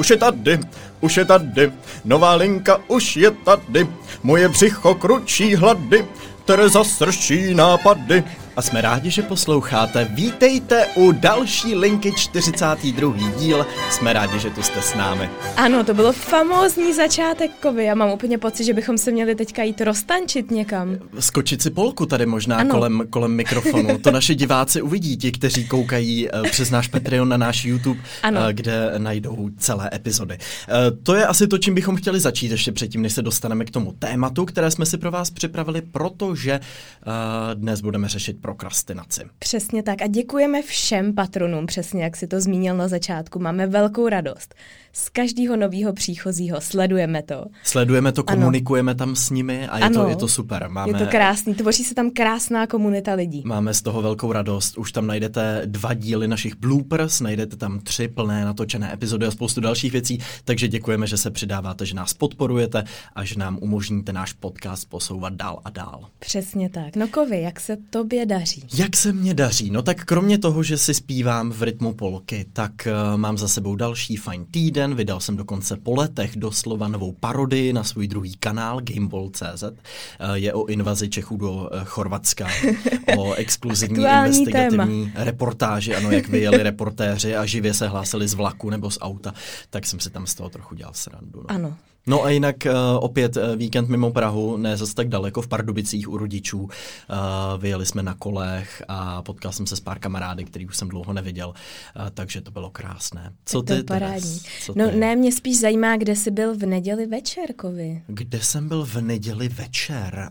už je tady, nová linka už je tady, moje břicho kručí hlady, Tereza srší nápady. A jsme rádi, že posloucháte. Vítejte u další linky 42. díl. Jsme rádi, že tu jste s námi. Ano, to bylo famózní začátek, Kovy. Já mám úplně pocit, že bychom se měli teďka jít roztančit někam. Skočit si polku tady možná kolem mikrofonu. To naši diváci uvidí, ti, kteří koukají přes náš Patreon na náš YouTube, kde najdou celé epizody. To je asi to, čím bychom chtěli začít ještě předtím, než se dostaneme k tomu tématu, které jsme si pro vás připravili, protože dnes budeme řešit prokrastinaci. Přesně tak a děkujeme všem patronům, přesně jak si to zmínil na začátku. Máme velkou radost z každého nového příchozího. Sledujeme to, komunikujeme tam s nimi a je to super. Je to krásný, tvoří se tam krásná komunita lidí. Máme z toho velkou radost. Už tam najdete 2 díly našich bloopers, najdete tam 3 plné natočené epizody a spoustu dalších věcí, takže děkujeme, že se přidáváte, že nás podporujete a že nám umožníte náš podcast posouvat dál a dál. Přesně tak. No Kovy, jak se tobě daří? Jak se mně daří? No tak kromě toho, že si zpívám v rytmu polky, tak mám za sebou další fajn týden. Vydal jsem dokonce po letech doslova novou parodii na svůj druhý kanál Gameball.cz. Je o invazi Čechů do Chorvatska, o exkluzivní investigativní reportáži, ano, jak vyjeli reportéři a živě se hlásili z vlaku nebo z auta, tak jsem si tam z toho trochu dělal srandu. No. Ano. No a jinak opět víkend mimo Prahu, ne zase tak daleko, v Pardubicích u rodičů. Vyjeli jsme na kolech a potkal jsem se s pár kamarády, který už jsem dlouho neviděl, takže to bylo krásné. Co ty parádní. Ne, mě spíš zajímá, kde jsi byl v neděli večer, Kovy. Kde jsem byl v neděli večer?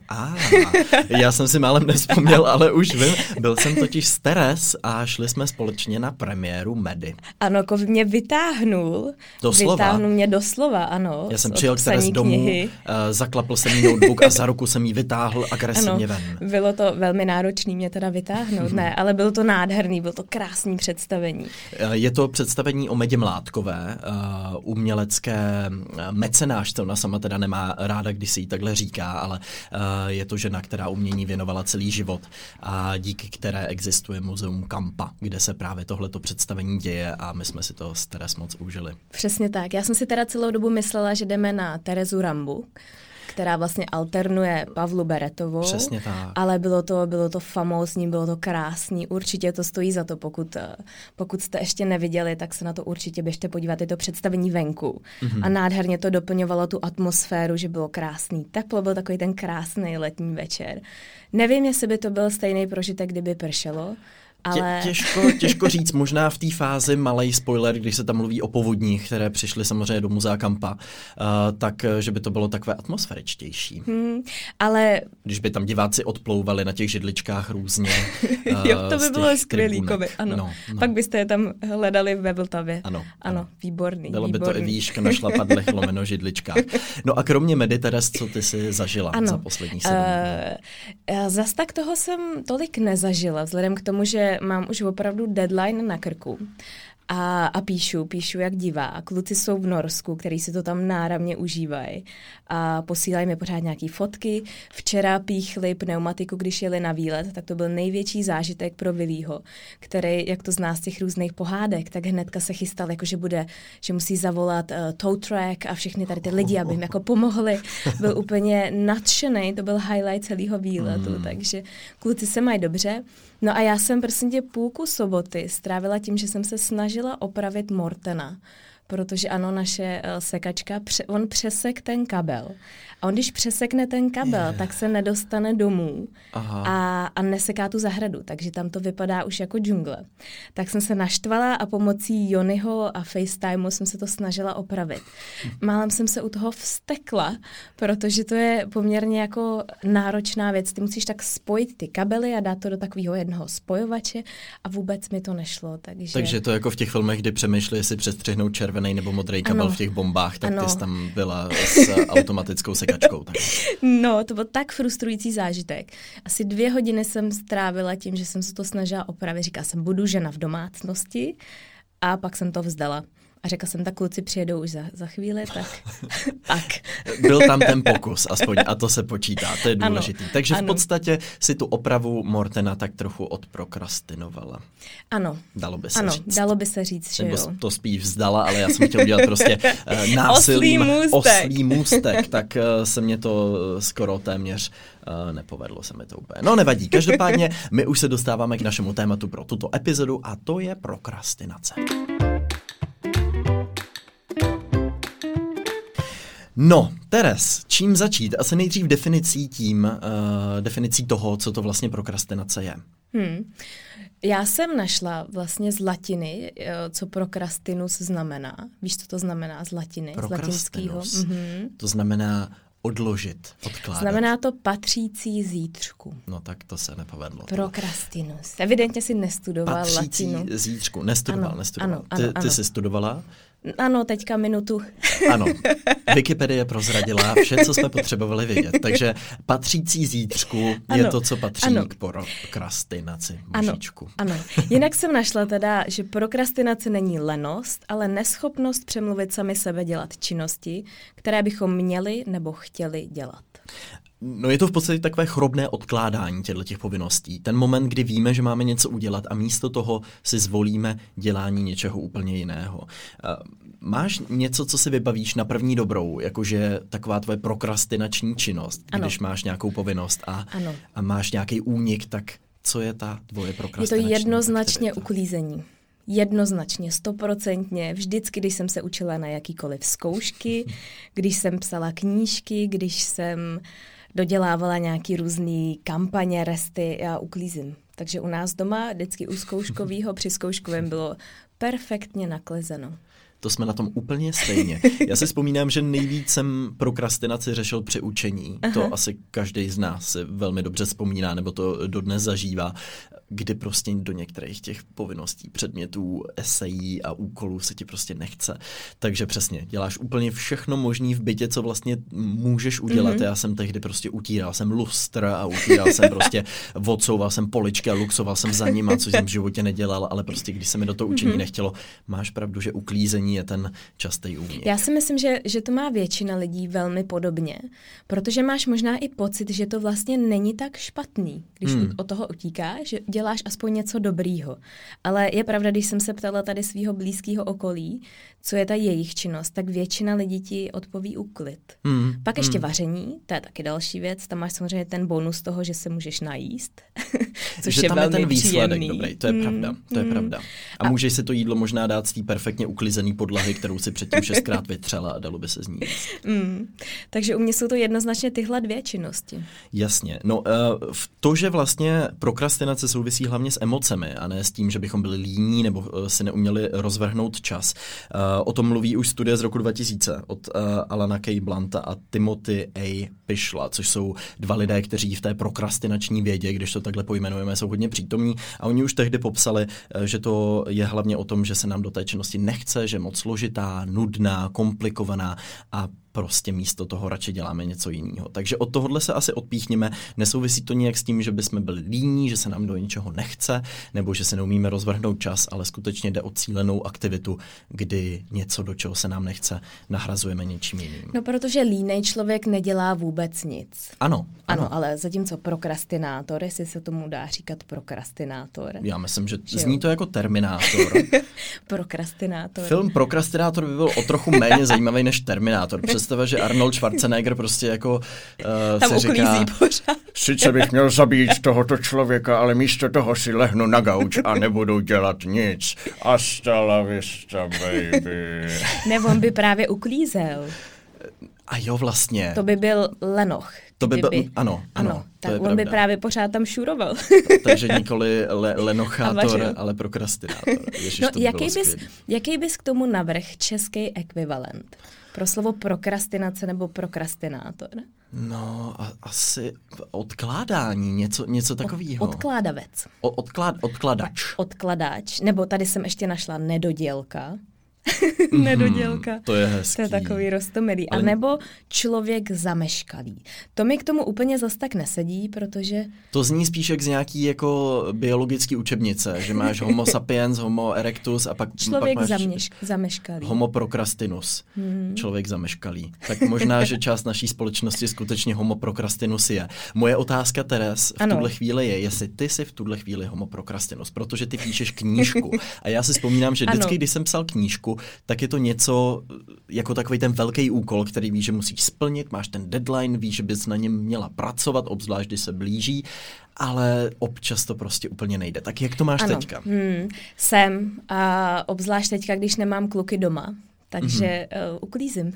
Já jsem si málem nevzpomněl, ale už vím. Byl jsem totiž s Teres a šli jsme společně na premiéru Medy. Ano, Kovy mě vytáhnul. Doslova? Vytáhnul mě doslova, ano. Já jsem přijel k Teres domů, zaklapl jsem jí notebook a za ruku jsem jí vytáhl agresivně ven. Bylo to velmi náročné mě teda vytáhnout, ne, ale bylo to nádherný, bylo to krásný představení. Je to představení o Medě Mládkové, umělecké mecenášce, ona sama teda nemá ráda, když se jí takhle říká, ale je to žena, která umění věnovala celý život a díky které existuje muzeum Kampa, kde se právě tohleto představení děje a my jsme si to s Teres moc užili. Přesně tak, já jsem si teda celou dobu myslela, že jdeme na Terezu Rambu, která vlastně alternuje Pavlu Beretovou. Přesně tak. Ale bylo to famózní, bylo to krásný. Určitě to stojí za to, pokud jste ještě neviděli, tak se na to určitě běžte podívat. Je to představení venku. A nádherně to doplňovalo tu atmosféru, že bylo krásný. Teplo, byl takový ten krásný letní večer. Nevím, jestli by to byl stejný prožitek, kdyby pršelo. Ale... Těžko říct, možná v té fázi malej spoiler, když se tam mluví o povodních, které přišly samozřejmě do muzea Kampa, tak, že by to bylo takové atmosféričtější. Ale... Když by tam diváci odplouvali na těch židličkách různě. Jo, to by bylo skvělý, Kovy, ano. No. Pak byste je tam hledali ve Vltavě. Ano, výborný. Bylo by to i výška na šlapadlech lomeno židličkách. No a kromě Medy, Teres, co ty si zažila za poslední 7 dní? Zas tak toho jsem tolik nezažila, vzhledem k tomu, že mám už opravdu deadline na krku a píšu jak divák. Kluci jsou v Norsku, který si to tam náramně užívají a posílají mi pořád nějaký fotky. Včera píchli pneumatiku, když jeli na výlet, tak to byl největší zážitek pro Vilího, který, jak to zná z těch různých pohádek, tak hnedka se chystal, že musí zavolat tow truck a všechny tady ty lidi, aby jim jako pomohli. Byl úplně nadšený, to byl highlight celého výletu, takže kluci se mají dobře. No a já jsem prosím tě půlku soboty strávila tím, že jsem se snažila opravit Mortena, protože ano, naše sekačka, on přesek ten kabel. A on, když přesekne ten kabel, tak se nedostane domů a neseká tu zahradu, takže tam to vypadá už jako džungle. Tak jsem se naštvala a pomocí Jonyho a FaceTimeu jsem se to snažila opravit. Málem jsem se u toho vztekla, protože to je poměrně jako náročná věc. Ty musíš tak spojit ty kabely a dát to do takového jednoho spojovače a vůbec mi to nešlo. Takže to jako v těch filmech, kdy přemýšleli, jestli přestřihnout červený nebo modrý kabel v těch bombách, tak ty jsi tam byla s automatickou sekačkou. No, to byl tak frustrující zážitek. Asi 2 hodiny jsem strávila tím, že jsem se to snažila opravit. Říkala jsem, budu žena v domácnosti a pak jsem to vzdala. A řekla jsem, tak kluci přijedou už za chvíli, tak. Byl tam ten pokus aspoň a to se počítá, to je důležitý. Takže v podstatě si tu opravu Mortena tak trochu odprokrastinovala. Ano. Dalo by se říct. Dalo by se říct, že jo. To spíš vzdala, ale já jsem chtěl udělat prostě násilím oslý můstek, tak se mě to skoro téměř nepovedlo se mi to úplně. No nevadí, každopádně my už se dostáváme k našemu tématu pro tuto epizodu a to je prokrastinace. No, Teres, čím začít? Asi nejdřív definicí toho, co to vlastně prokrastinace je. Já jsem našla vlastně z latiny, co prokrastinus znamená. Víš, co to znamená z latiny? Z latinského. To znamená odložit, odkládat. Znamená to patřící zítřku. No tak to se nepovedlo. Prokrastinus. Evidentně si nestudoval patřící latinu. Patřící zítřku. Nestudoval. Ano, ty jsi studovala? Ano, teďka minutu. Ano, Wikipedie prozradila vše, co jsme potřebovali vědět. Takže patřící zítřku je to, co patří k prokrastinaci. Ano. Jinak jsem našla teda, že prokrastinace není lenost, ale neschopnost přemluvit sami sebe dělat činnosti, které bychom měli nebo chtěli dělat. No je to v podstatě takové chorobné odkládání těch povinností. Ten moment, kdy víme, že máme něco udělat a místo toho si zvolíme dělání něčeho úplně jiného. Máš něco, co si vybavíš na první dobrou, jakože taková tvoje prokrastinační činnost, když máš nějakou povinnost a máš nějaký únik, tak co je ta tvoje prokrastinační? Je to jednoznačně uklízení. Jednoznačně, 100%. Vždycky, když jsem se učila na jakýkoliv zkoušky, když jsem psala knížky, když jsem dodělávala nějaký různý kampaně, resty, já uklízím. Takže u nás doma vždycky u zkouškovýho při zkouškovém bylo perfektně naklizeno. To jsme na tom úplně stejně. Já si vzpomínám, že nejvíc jsem prokrastinaci řešil při učení. Aha. To asi každý z nás si velmi dobře vzpomíná, nebo to dodnes zažívá, kdy prostě do některých těch povinností, předmětů, esejí a úkolů se ti prostě nechce. Takže přesně, děláš úplně všechno možné v bytě, co vlastně můžeš udělat. Já jsem tehdy prostě utíral jsem lustr a utíral jsem prostě, odsouval jsem poličky a luxoval jsem za nima, co jsem v životě nedělal, ale prostě když se mi do toho učení nechtělo, máš pravdu, že uklízení je ten častý únik. Já si myslím, že to má většina lidí velmi podobně, protože máš možná i pocit, že to vlastně není tak špatný, když od toho utíkáš, že děláš aspoň něco dobrýho. Ale je pravda, když jsem se ptala tady svého blízkého okolí, co je ta jejich činnost, tak většina lidí ti odpoví úklid. Pak ještě vaření, to je taky další věc, tam máš samozřejmě ten bonus toho, že se můžeš najíst, což že je tam velmi je ten výsledek příjemný. dobrý, to je pravda, to je pravda. A můžeš si to jídlo možná dát z té perfektně uklizený podlahy, kterou si předtím 6krát vytřela a dalo by se z ní jíst. Takže u mě jsou to jednoznačně tyhle dvě činnosti. Jasně. No, v to, že vlastně prokrastinace souvisí hlavně s emocemi a ne s tím, že bychom byli líní nebo si neuměli rozvrhnout čas. O tom mluví už studie z roku 2000 od Alana K. Blunta a Timothy A. Pišla, což jsou dva lidé, kteří v té prokrastinační vědě, když to takhle pojmenujeme, jsou hodně přítomní a oni už tehdy popsali, že to je hlavně o tom, že se nám do té činnosti nechce, že je moc složitá, nudná, komplikovaná a prostě místo toho radši děláme něco jiného. Takže od tohohle se asi odpíchněme. Nesouvisí to nijak s tím, že bychom byli líní, že se nám do ničeho nechce, nebo že se neumíme rozvrhnout čas, ale skutečně jde o cílenou aktivitu, kdy něco, do čeho se nám nechce, nahrazujeme něčím jiným. No, protože línej člověk nedělá vůbec nic. Ano, ale zatímco prokrastinátor, jestli se tomu dá říkat prokrastinátor. Já myslím, že zní to jako Terminátor. Prokrastinátor. Film Prokrastinátor by byl o trochu méně zajímavý než Terminátor. Představa, že Arnold Schwarzenegger prostě jako tam se říká, pořád. Sice bych měl zabít tohoto člověka, ale místo toho si lehnu na gauč a nebudu dělat nic. Hasta la vista, baby. Nebo on by právě uklízel. A jo, vlastně. To by byl lenoch. To by byl, ano. Tak on by právě pořád tam šuroval. Takže nikoli lenochátor, ale prokrastinátor. Ježiš, no, to by jaký bys k tomu navrhl český ekvivalent? Pro slovo prokrastinace nebo prokrastinátor? No, asi odkládání, něco takového. Odkládavec. Odkladač. Odkladač. Nebo tady jsem ještě našla nedodělka. Nedodělka. To je hezký. To je takový roztomilý. A nebo člověk zameškalý. To mi k tomu úplně zas tak nesedí, protože... To zní spíš jak z nějaký jako biologický učebnice, že máš homo sapiens, homo erectus a pak člověk máš zameškalý. Homo procrastinus. Člověk zameškalý. Tak možná, že část naší společnosti skutečně homo procrastinus je. Moje otázka, Teres, v tuhle chvíli je, jestli ty jsi v tuhle chvíli homo procrastinus, protože ty píšeš knížku. A já si vzpomínám, že vždycky, když jsem psal knížku, tak je to něco jako takový ten velký úkol, který víš, že musíš splnit, máš ten deadline, víš, že bys na něm měla pracovat, obzvlášť, když se blíží, ale občas to prostě úplně nejde. Tak jak to máš teďka? Jsem a obzvlášť teďka, když nemám kluky doma. Takže uklízím.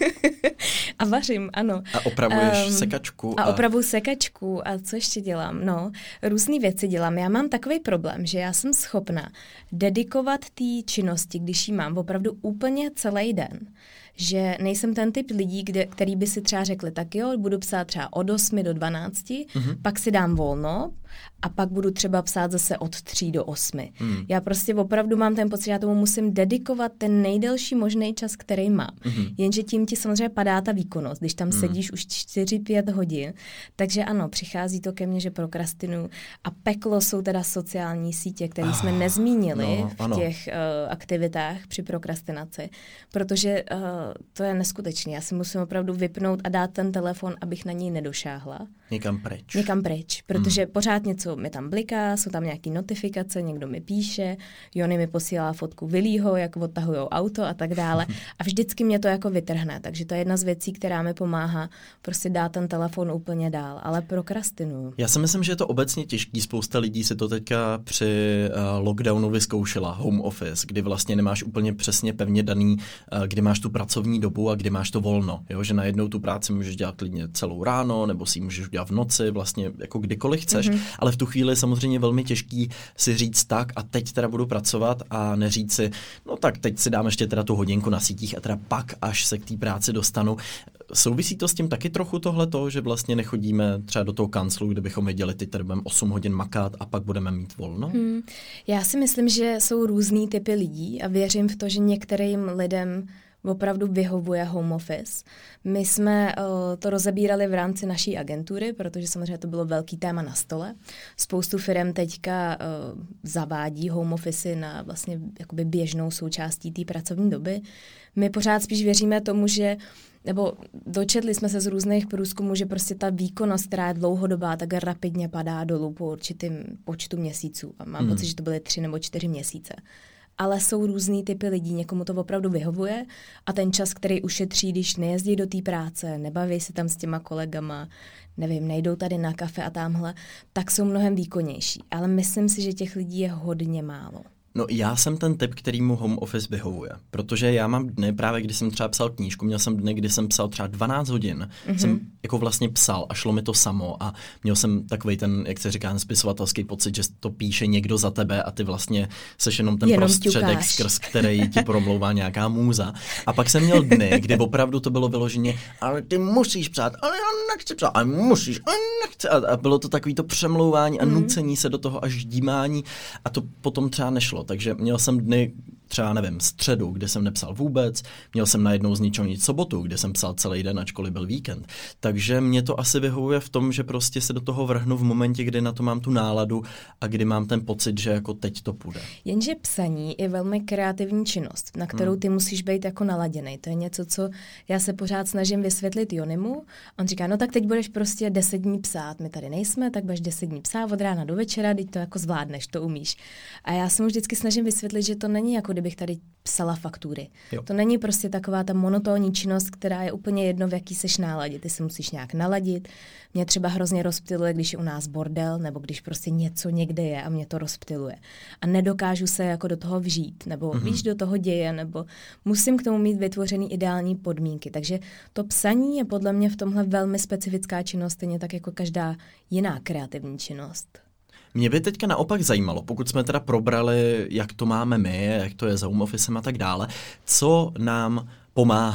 A vařím, ano. A opravuješ sekačku. A opravuju sekačku. A co ještě dělám? No, různý věci dělám. Já mám takový problém, že já jsem schopna dedikovat té činnosti, když ji mám opravdu úplně celý den. Že nejsem ten typ lidí, který by si třeba řekli, tak jo, budu psát třeba od 8 do 12, pak si dám volno a pak budu třeba psát zase od 3 do 8. Já prostě opravdu mám ten pocit, že já tomu musím dedikovat ten nejdelší možný čas, který mám. Jenže tím ti samozřejmě padá ta výkonnost, když tam sedíš už 4-5 hodin. Takže ano, přichází to ke mně, že prokrastinuju. A peklo jsou teda sociální sítě, které jsme nezmínili v těch aktivitách při prokrastinaci, protože to je neskutečné. Já si musím opravdu vypnout a dát ten telefon, abych na něj nedošáhla. Někam pryč, protože pořád něco mi tam bliká, jsou tam nějaký notifikace, někdo mi píše, Jony mi posílá fotku Willího, jak odtahujou auto a tak dále. A vždycky mě to jako vytrhne, takže to je jedna z věcí, která mi pomáhá prostě dát ten telefon úplně dál, ale prokrastinuju. Já si myslím, že je to obecně těžký. Spousta lidí si to teďka při lockdownu vyzkoušela, home office, kdy vlastně nemáš úplně přesně pevně daný, kdy máš tu pracovní dobu a kdy máš to volno. Jo? Že najednou tu práci můžeš dělat klidně celou ráno, nebo si ji můžeš dělat v noci, vlastně jako kdykoliv chceš, ale v tu chvíli je samozřejmě velmi těžký si říct tak a teď teda budu pracovat a neříct si, no tak teď si dám ještě teda tu hodinku na sítích a teda pak, až se k té práci dostanu. Souvisí to s tím taky trochu tohleto, že vlastně nechodíme třeba do toho kanclu, kde bychom věděli, teď tady budeme 8 hodin makat a pak budeme mít volno? Já si myslím, že jsou různý typy lidí a věřím v to, že některým lidem opravdu vyhovuje home office. My jsme to rozebírali v rámci naší agentury, protože samozřejmě to bylo velký téma na stole. Spoustu firem teďka zavádí home office na vlastně jakoby běžnou součástí té pracovní doby. My pořád spíš věříme tomu, že nebo dočetli jsme se z různých průzkumů, že prostě ta výkonnost, která je dlouhodobá, tak rapidně padá dolů po určitým počtu měsíců. A mám pocit, že to byly 3 nebo 4 měsíce. Ale jsou různý typy lidí, někomu to opravdu vyhovuje a ten čas, který ušetří, když nejezdí do té práce, nebaví se tam s těma kolegama, nevím, nejdou tady na kafe a tamhle, tak jsou mnohem výkonnější. Ale myslím si, že těch lidí je hodně málo. No já jsem ten typ, kterýmu home office vyhovuje, protože já mám dny, právě když jsem třeba psal knížku, měl jsem dny, kdy jsem psal třeba 12 hodin, jsem jako vlastně psal a šlo mi to samo a měl jsem takovej ten, jak se říká, spisovatelský pocit, že to píše někdo za tebe a ty vlastně seš jenom ten prostředek, skrz který ti promlouvá nějaká můza. A pak jsem měl dny, kdy opravdu to bylo vyloženě, ale ty musíš psát, ale já nechci psát, ale musíš, ale nechci. A bylo to takový to přemlouvání a nucení se do toho až dímání a to potom třeba nešlo. Takže měl jsem dny, třeba nevím, středu, kde jsem nepsal vůbec, měl jsem najednou z ničeho nic sobotu, kde jsem psal celý den, ačkoliv byl víkend. Takže mě to asi vyhovuje v tom, že prostě se do toho vrhnu v momentě, kdy na to mám tu náladu a kdy mám ten pocit, že jako teď to půjde. Jenže psaní je velmi kreativní činnost, na kterou ty musíš být jako naladěnej. To je něco, co já se pořád snažím vysvětlit Jonimu. On říká, no tak teď budeš prostě 10 dní psát. My tady nejsme, tak budeš 10 dní psát od rána do večera, teď to jako zvládneš, to umíš. A já se mu vždycky snažím vysvětlit, že to není jako kdybych tady psala faktury. Jo. To není prostě taková ta monotónní činnost, která je úplně jedno, v jaký seš náladě. Ty se musíš nějak naladit. Mě třeba hrozně rozptyluje, když je u nás bordel, nebo když prostě něco někde je a mě to rozptyluje. A nedokážu se jako do toho vžít, nebo víš, do toho děje, nebo musím k tomu mít vytvořený ideální podmínky. Takže to psaní je podle mě v tomhle velmi specifická činnost, stejně tak jako každá jiná kreativní činnost. Mě by teďka naopak zajímalo, pokud jsme teda probrali, jak to máme my, jak to je za home officem a tak dále, co nám pomáhá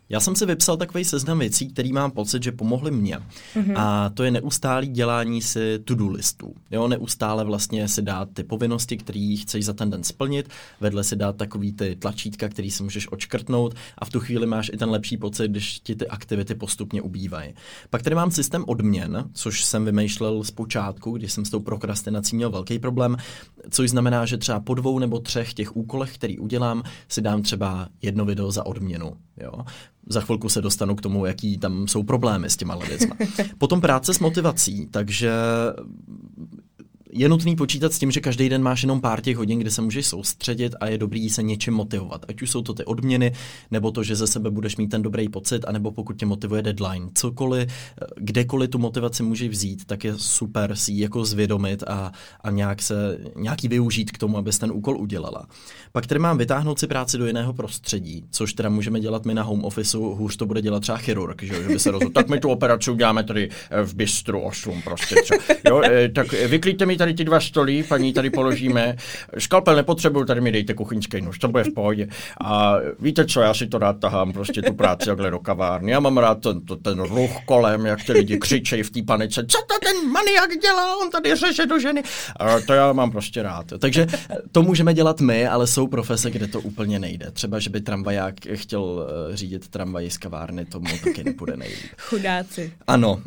Já jsem si vypsal takový seznam věcí, který mám pocit, že pomohly mně. A to je neustálý dělání si to-do listů. Jo, neustále vlastně si dát ty povinnosti, které chceš za ten den splnit, vedle si dát takový ty tlačítka, který si můžeš odškrtnout a v tu chvíli máš i ten lepší pocit, když ti ty aktivity postupně ubývají. Pak tady mám systém odměn, což jsem vymýšlel zpočátku, když jsem s tou prokrastinací měl velký problém, což znamená, že třeba po 2 nebo 3 těch úkolech, který udělám, si dám třeba 1 video za odměnu. Jo. Za chvilku se dostanu k tomu, jaký tam jsou problémy s těma věcma. Potom práce s motivací, takže je nutný počítat s tím, že každý den máš jenom pár těch hodin, kdy se můžeš soustředit a je dobrý se něčím motivovat. Ať už jsou to ty odměny, nebo to, že ze sebe budeš mít ten dobrý pocit, anebo pokud tě motivuje deadline. Cokoliv, kdekoliv tu motivaci můžeš vzít, tak je super si ji jako zvědomit a nějaký využít k tomu, abys ten úkol udělala. Pak tady mám vytáhnout si práci do jiného prostředí, což teda můžeme dělat my na home officeu, hůř to bude dělat třeba chirurg, že by se rozhodl, tak my tu operaci uděláme tady v bistru 8 prostě třeba. Jo, tak vyklíďte mi tady ty 2 stoly, paní tady položíme. Skalpel nepotřebuju, tady mi dejte kuchyňský nůž, to bude v pohodě. A víte co, já si to rád tahám, prostě tu práci takhle do kavárny. Já mám rád ten ruch kolem, jak ty lidi křičejí v té panice. Co to ten maniak dělá? On tady řeže do ženy. A to já mám prostě rád. Takže to můžeme dělat my, ale jsou profese, kde to úplně nejde. Třeba, že by tramvaják chtěl řídit tramvaj z kavárny, tomu taky nepůjde nejlíp. Chudáci. Ano.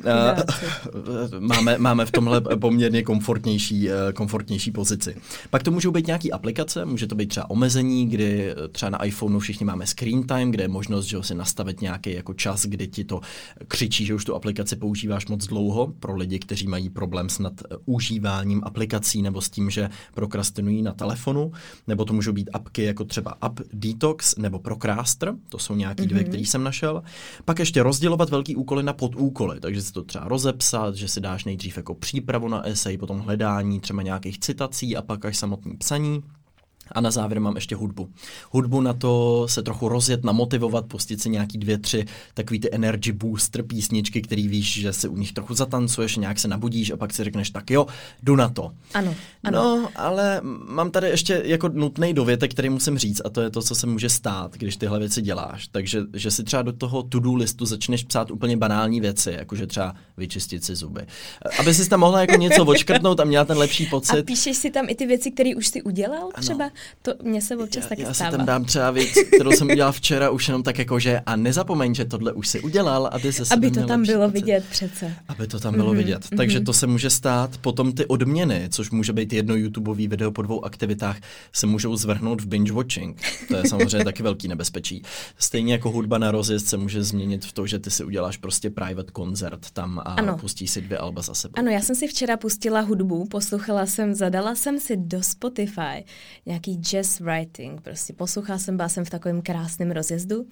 Máme v tomhle poměrně komfortnější pozici. Pak to můžou být nějaký aplikace, může to být třeba omezení, kdy třeba na iPhoneu všichni máme screen time, kde je možnost, že si nastavit nějaký jako čas, kdy ti to křičí, že už tu aplikaci používáš moc dlouho, pro lidi, kteří mají problém s užíváním aplikací nebo s tím, že prokrastinují na telefonu, nebo to můžou být apky jako třeba App Detox nebo Procraster, to jsou nějaký 2, který jsem našel. Pak ještě rozdělovat velký úkoly na podúkoly, takže si to třeba rozepsat, že si dáš nejdřív jako přípravu na esej, potom hledání třeba nějakých citací a pak až samotný psaní. A na závěr mám ještě hudbu. Hudbu na to se trochu rozjet, namotivovat, pustit si nějaký 2, 3 takový ty energy booster písničky, který víš, že si u nich trochu zatancuješ, nějak se nabudíš a pak si řekneš, tak jo, jdu na to. Ano. No, ale mám tady ještě jako nutný dovětek, který musím říct, a to je to, co se může stát, když tyhle věci děláš. Takže že si třeba do toho to-do listu začneš psát úplně banální věci, jakože třeba vyčistit si zuby. Aby si tam mohla jako něco odškrtnout a měla ten lepší pocit. A píšeš si tam i ty věci, které už si udělal třeba? Ano. To mně se občas taky stává. Já si tam dám třeba věc, kterou jsem udělal včera, už jenom tak jakože a nezapomeň, že tohle už si udělal, aby to tam bylo vidět přece. Aby to tam bylo vidět. Takže to se může stát. Potom ty odměny, což může být jedno YouTubeový video po 2 aktivitách, se můžou zvrhnout v binge watching. To je samozřejmě taky velký nebezpečí. Stejně jako hudba na rozjezd se může změnit v to, že ty si uděláš prostě private koncert tam a pustíš si 2 alba za sebou. Ano, já jsem si včera pustila hudbu, zadala jsem si do Spotify nějaký jazz writing, prostě poslouchala jsem, byla jsem v takovém krásném rozjezdu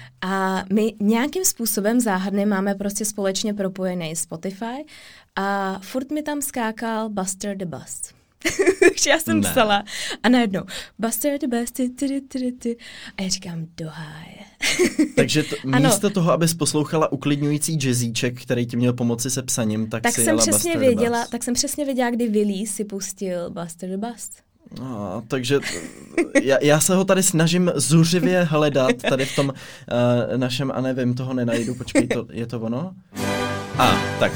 a my nějakým způsobem záhadně máme prostě společně propojený Spotify a furt mi tam skákal Buster the Bust. Takže já jsem psala a najednou Buster the Bust a já říkám do háje. Takže místo toho, abys poslouchala uklidňující jazzíček, který ti měl pomoci se psaním, tak si jela Buster the Bust. Tak jsem přesně věděla, kdy Willy si pustil Buster the Bust. No, takže já se ho tady snažím zuřivě hledat tady v tom našem, a nevím, toho nenajdu, počkej, je to ono? Tak.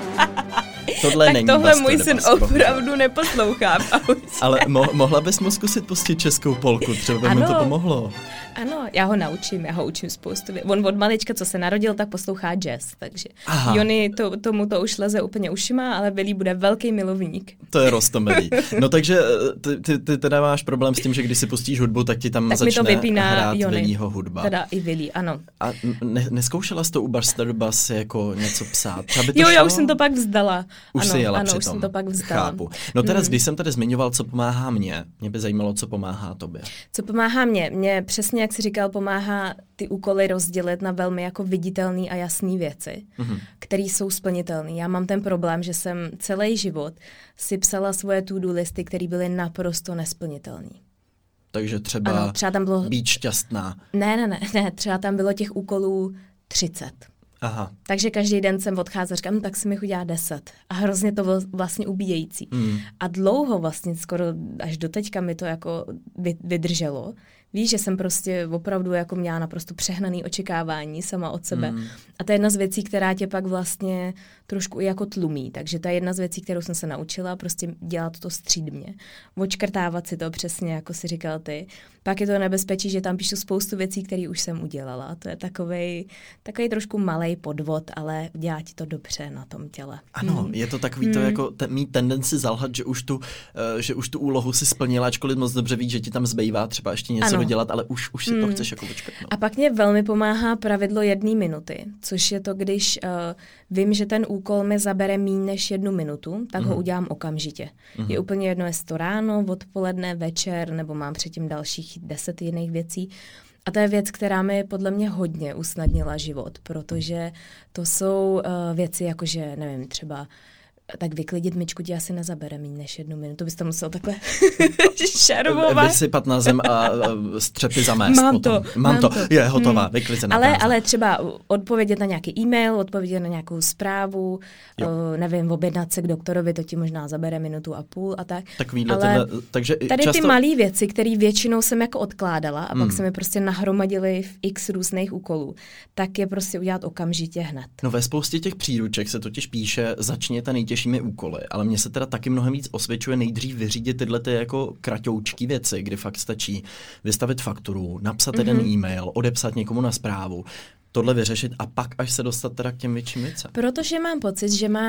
Tohle tak není tohle Buster můj syn opravdu neposlouchá. Ale mohla bys mu zkusit pustit českou polku, třeba by mu to pomohlo. Ano, já ho učím spoustu věcí. On od malička, co se narodil, tak poslouchá jazz, takže Jony tomu to už leze úplně ušima, ale Willy bude velký milovník. To je roztomilý. No takže ty teda máš problém s tím, že když si pustíš hudbu, tak ti tam tak začne hrát Willyho hudba. Teda i Willy, ano. A neskoušela jsi to u Buster Bus jako něco psát? Já už jsem to pak vzdala. Už ano, si jela ano, přitom. Už jsem to pak vzdala. Chápu. No teraz, když jsem tady zmiňoval, co pomáhá mě by zajímalo, co pomáhá tobě. Co pomáhá mě přesně, jak jsi říkal, pomáhá ty úkoly rozdělit na velmi jako viditelné a jasné věci, které jsou splnitelné. Já mám ten problém, že jsem celý život si psala svoje to-do listy, které byly naprosto nesplnitelné. Takže třeba tam bylo... být šťastná. Ne, třeba tam bylo těch úkolů 30. Aha. Takže každý den jsem odcházel a říkám, tak si mi udělá 10. A hrozně to bylo vlastně ubíjející. A dlouho vlastně, skoro až do teďka mi to jako vydrželo, Víš, že jsem prostě opravdu jako měla naprosto přehnaný očekávání sama od sebe. A to je jedna z věcí, která tě pak vlastně trošku i jako tlumí. Takže to je jedna z věcí, kterou jsem se naučila, prostě dělat to střídmě. Odškrtávat si to přesně, jako si říkal ty. Pak je to nebezpečí, že tam píšu spoustu věcí, které už jsem udělala. To je takovej trošku malej podvod, ale dělá ti to dobře na tom těle. Ano, je to takový to jako mít tendenci zalhat, že už tu úlohu si splnila, ačkoliv moc dobře víš, že ti tam zbývá třeba ještě něco dodělat, ale už si to chceš jako odškrtnout. A pak mě velmi pomáhá pravidlo 1 minuty, což je to, když vím, že ten úkol mi zabere míň než 1 minutu, tak ho udělám okamžitě. Je úplně jedno, jestli to ráno, odpoledne, večer, nebo mám předtím dalších 10 jiných věcí. A to je věc, která mi podle mě hodně usnadnila život, protože to jsou věci jako, že nevím, třeba tak vyklidit myčku ti asi nezabere méně než 1 minutu. To bys to musel takhle šarmovat. Vysypat na zem a střepy zamést. Mám to. Je hotová, vyklizená. Ale třeba odpovědět na nějaký e-mail, odpovědět na nějakou zprávu, nevím, objednat se k doktorovi, to ti možná zabere 1,5 minuty a tak. Takže tady často... ty malé věci, které většinou jsem jako odkládala a pak se mi prostě nahromadily v x různých úkolů, tak je prostě udělat okamžitě hned. No ve spoustě těch příruček se totiž píše, začněte nejtěžšími úkoly, ale mně se teda taky mnohem víc osvědčuje nejdřív vyřídit tyhle ty jako kratoučký věci, kdy fakt stačí vystavit fakturu, napsat jeden e-mail, odepsat někomu na zprávu, tohle vyřešit a pak až se dostat teda k těm větším věcem. Protože mám pocit,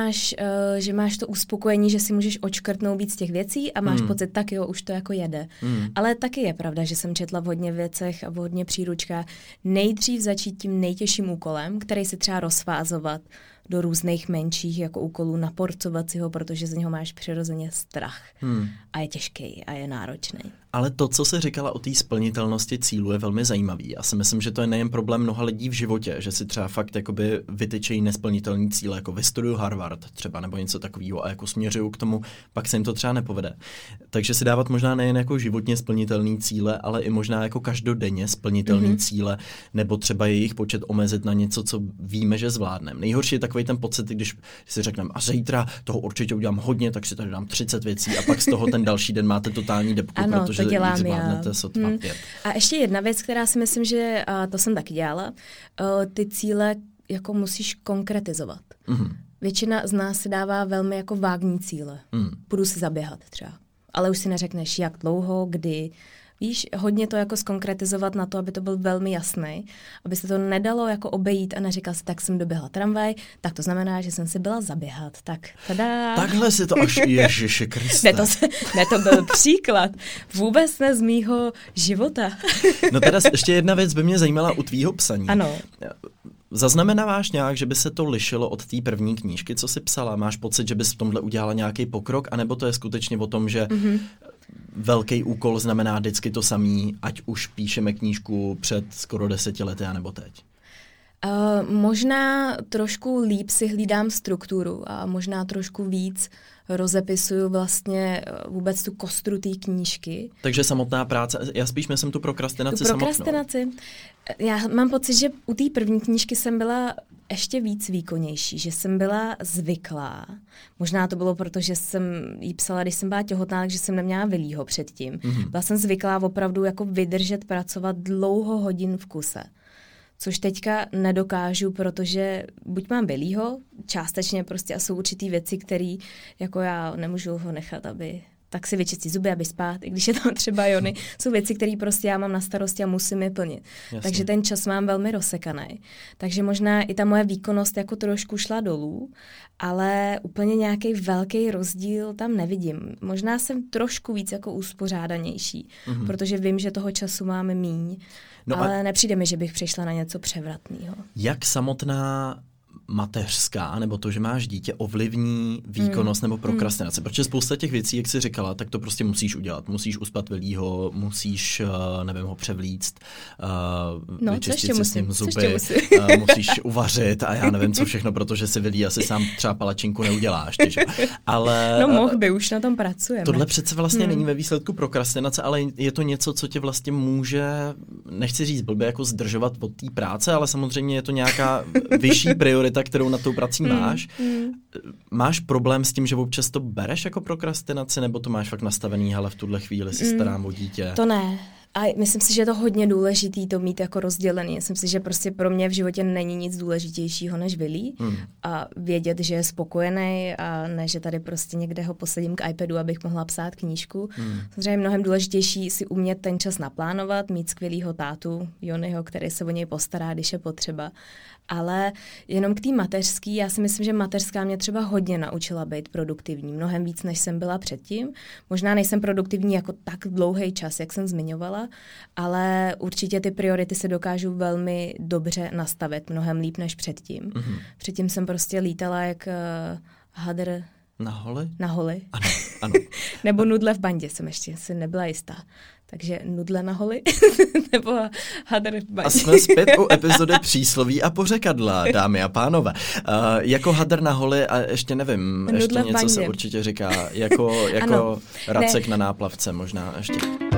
že máš to uspokojení, že si můžeš odškrtnout víc těch věcí a máš pocit, tak jo, už to jako jede. Ale taky je pravda, že jsem četla v hodně věcech a v hodně příručkách nejdřív začít tím nejtěžším úkolem, který si třeba rozfázovat do různých menších jako úkolů, naporcovat si ho, protože z něho máš přirozeně strach. A je těžký a je náročný. Ale to, co jsi říkala o té splnitelnosti cílu, je velmi zajímavý. Já si myslím, že to je nejen problém mnoha lidí v životě, že si třeba fakt jakoby vytyčejí nesplnitelný cíle, jako vystuduju Harvard třeba nebo něco takového a jako směřuju k tomu, pak se jim to třeba nepovede. Takže si dávat možná nejen jako životně splnitelný cíle, ale i možná jako každodenně splnitelný cíle, nebo třeba jejich počet omezit na něco, co víme, že zvládneme. Nejhorší je takový ten pocit, když si řekneme, a zítra toho určitě udělám hodně, tak si tady dám 30 věcí a pak z toho ten další den máte totální depku, protože zvládnete sotva 5. A ještě jedna věc, která si myslím, že to jsem taky dělala, ty cíle jako musíš konkretizovat. Většina z nás si dává velmi jako vágní cíle. Půjdu si zaběhat třeba. Ale už si neřekneš, jak dlouho, kdy. Víš, hodně to jako zkonkretizovat na to, aby to byl velmi jasný, aby se to nedalo jako obejít a neříkal si, tak jsem doběhla tramvaj, tak to znamená, že jsem si byla zaběhat. Tak tada. Takhle si to až Ježiši Kriste. To byl příklad. Vůbec ne z mýho života. No teda ještě jedna věc by mě zajímala u tvýho psaní. Ano. Zaznamenáváš nějak, že by se to lišilo od té první knížky, co jsi psala? Máš pocit, že bys v tomhle udělala nějaký pokrok, anebo to je skutečně o tom, že velký úkol znamená vždycky to samý, ať už píšeme knížku před skoro 10 lety, anebo teď? Možná trošku líp si hlídám strukturu a možná trošku víc rozepisuju vlastně vůbec tu kostru té knížky. Takže samotná práce, já spíš myslím tu prokrastinaci samotnou. Já mám pocit, že u té první knížky jsem byla ještě víc výkonnější, že jsem byla zvyklá. Možná to bylo proto, že jsem jí psala, když jsem byla těhotná, takže jsem neměla Vilího předtím. Byla jsem zvyklá opravdu jako vydržet pracovat dlouho hodin v kuse. Což teďka nedokážu, protože buď mám Billyho, částečně prostě a jsou určitý věci, které jako já nemůžu ho nechat, aby tak si vyčistí zuby, aby spát, i když je tam třeba Jony. Jsou věci, které prostě já mám na starosti a musím je plnit. Jasně. Takže ten čas mám velmi rozsekaný. Takže možná i ta moje výkonnost jako trošku šla dolů, ale úplně nějaký velký rozdíl tam nevidím. Možná jsem trošku víc jako uspořádanější, protože vím, že toho času máme míň. No ale nepřijde mi, že bych přišla na něco převratného. Jak samotná mateřská, nebo to, že máš dítě, ovlivní výkonnost nebo prokrastinace? Protože spousta těch věcí, jak jsi říkala, tak to prostě musíš udělat. Musíš uspat Vilího, musíš, nevím, ho převlíct, vyčistit si s ním zuby, musíš uvařit a já nevím, co všechno, protože si Vilí asi sám třeba palačinku neuděláš. Ale no mohl by, už na tom pracujeme. Tohle přece vlastně není ve výsledku prokrastinace, ale je to něco, co tě vlastně může, nechci říct blbě, jako zdržovat od té práce, ale samozřejmě je to nějaká vyšší priorita, kterou na tou prací máš. Máš problém s tím, že občas to bereš jako prokrastinaci, nebo to máš fakt nastavený, ale v tuhle chvíli si starám o dítě? To ne. A myslím si, že je to hodně důležitý to mít jako rozdělený. Myslím si, že prostě pro mě v životě není nic důležitějšího než Willy a vědět, že je spokojený a ne, že tady prostě někde ho posadím k iPadu, abych mohla psát knížku. Samozřejmě je mnohem důležitější si umět ten čas naplánovat, mít skvělýho tátu Jonyho, který se o něj postará, když je potřeba. Ale jenom k té mateřský, já si myslím, že mateřská mě třeba hodně naučila být produktivní, mnohem víc, než jsem byla předtím. Možná nejsem produktivní jako tak dlouhý čas, jak jsem zmiňovala, ale určitě ty priority se dokážu velmi dobře nastavit, mnohem líp než předtím. Předtím jsem prostě lítala jak hadr na holi. Ano. Nebo nudle v bandě jsem ještě si nebyla jistá. Takže nudle na holi nebo hadr v bandě. A jsme zpět u epizody přísloví a pořekadla, dámy a pánové. Jako hadr na holi a ještě nevím, nudle ještě něco se určitě říká, jako racek na náplavce možná ještě.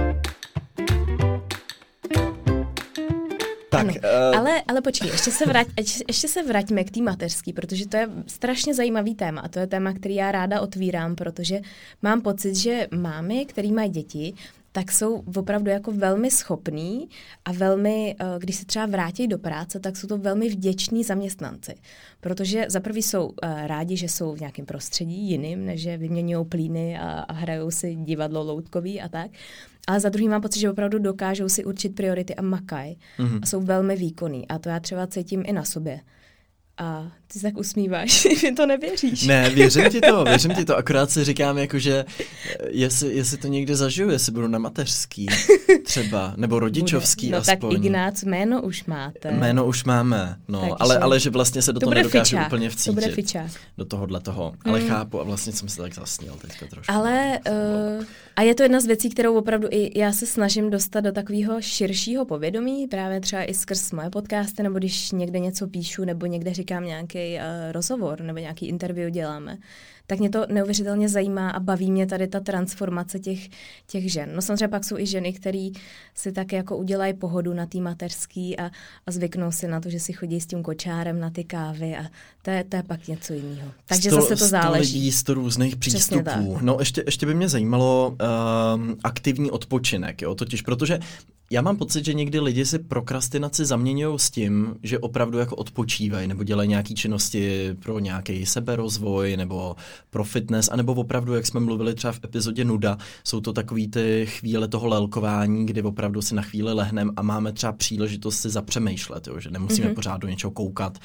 Tak, ale počkej, ještě se vraťme k té mateřský, protože to je strašně zajímavý téma a to je téma, který já ráda otvírám, protože mám pocit, že mámy, který mají děti, tak jsou opravdu jako velmi schopní a velmi, když se třeba vrátí do práce, tak jsou to velmi vděční zaměstnanci. Protože za prvý jsou rádi, že jsou v nějakém prostředí jiným, než že vyměňují plíny a hrajou si divadlo loutkový a tak. Ale za druhý mám pocit, že opravdu dokážou si určit priority a makají. A jsou velmi výkonný. A to já třeba cítím i na sobě. A ty se tak usmíváš, že to nevěříš. Ne, věřím ti to, akorát si říkám, jako, že jestli to někde zažiju, jestli budu na mateřský třeba, nebo rodičovský no aspoň. Tak Ignác, jméno už máte. Jméno už máme, no, ale že vlastně se do toho nedokážu úplně vcítit. To bude fičák. Do tohohle toho, ale chápu a vlastně jsem se tak zasněl teďka trošku. Ale a je to jedna z věcí, kterou opravdu i já se snažím dostat do takového širšího povědomí, právě třeba i skrz moje podcasty, nebo když někde něco píšu, nebo někde říkám nějaký rozhovor, nebo nějaký interview děláme, tak mě to neuvěřitelně zajímá a baví mě tady ta transformace těch žen. No samozřejmě pak jsou i ženy, které si tak jako udělají pohodu na té mateřský a zvyknou si na to, že si chodí s tím kočárem na ty kávy a to je pak něco jiného. Takže zase to záleží. 100 různých přístupů. No ještě by mě zajímalo aktivní odpočinek, jo, totiž protože já mám pocit, že někdy lidi si prokrastinaci zaměňují s tím, že opravdu jako odpočívají nebo dělají nějaké činnosti pro nějaký seberozvoj nebo pro fitness, anebo opravdu, jak jsme mluvili třeba v epizodě Nuda, jsou to takový ty chvíle toho lelkování, kdy opravdu si na chvíli lehnem a máme třeba příležitost si zapřemýšlet, jo, že nemusíme pořád do něčeho koukat,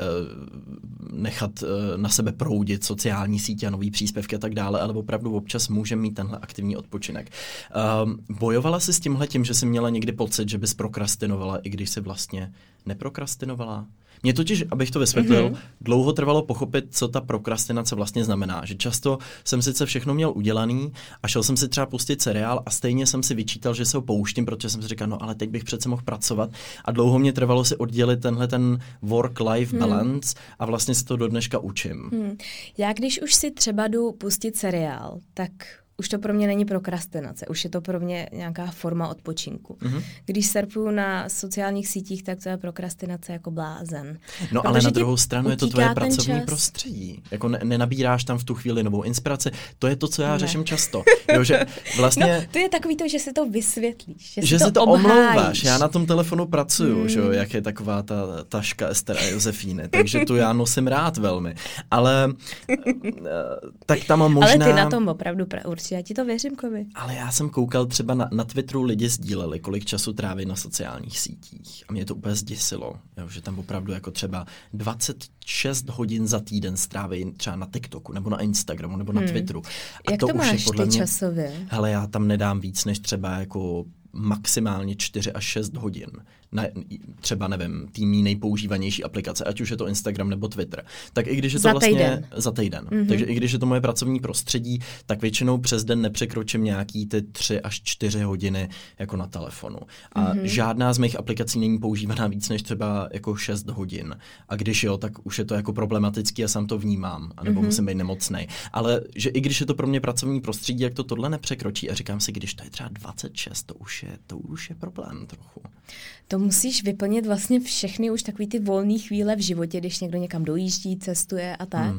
nechat na sebe proudit sociální sítě a nový příspěvky a tak dále, ale opravdu občas můžeme mít tenhle aktivní odpočinek. Bojovala jsi s tímhletím, že jsi měla někdy pocit, že bys prokrastinovala, i když jsi vlastně neprokrastinovala? Mně totiž, abych to vysvětlil, dlouho trvalo pochopit, co ta prokrastinace vlastně znamená. Že často jsem sice všechno měl udělaný a šel jsem si třeba pustit seriál a stejně jsem si vyčítal, že se ho pouštím, protože jsem si říkal, no ale teď bych přece mohl pracovat. A dlouho mě trvalo si oddělit tenhle ten work-life balance a vlastně se to do dneška učím. Já když už si třeba jdu pustit seriál, tak už to pro mě není prokrastinace, už je to pro mě nějaká forma odpočinku. Když surfuju na sociálních sítích, tak to je prokrastinace jako blázen. No protože ale na druhou stranu je to tvoje pracovní prostředí. Jako nenabíráš tam v tu chvíli novou inspiraci. To je to, co já řeším často. Jo, že vlastně, no, to je takový to, že si to vysvětlíš. Že si to omlouváš. Já na tom telefonu pracuju, že jo, jak je taková ta taška Ester a Josefíny. Takže tu já nosím rád velmi. Ale tak tam možná... Ale ty na tom opravdu já ti to věřím, Kovi. Ale já jsem koukal třeba na Twitteru, lidi sdíleli, kolik času tráví na sociálních sítích. A mě to úplně zděsilo, jo, že tam opravdu jako třeba 26 hodin za týden stráví třeba na TikToku, nebo na Instagramu, nebo na Twitteru. A jak to máš ty časově? Hele, já tam nedám víc než třeba jako maximálně 4 až 6 hodin. Třeba, nevím, tým nejpoužívanější aplikace, ať už je to Instagram nebo Twitter. Tak i když je to za týden. Takže i když je to moje pracovní prostředí, tak většinou přes den nepřekročím nějaký ty 3 až 4 hodiny jako na telefonu. A žádná z mých aplikací není používaná víc než třeba jako 6 hodin. A když jo, tak už je to jako problematický a sám to vnímám. A nebo musím být nemocnej. Ale že i když je to pro mě pracovní prostředí, jak to tohle nepřekročí a říkám si, když to je třeba 26, to už je problém trochu. To musíš vyplnit vlastně všechny už takový ty volné chvíle v životě, když někdo někam dojíždí, cestuje a tak.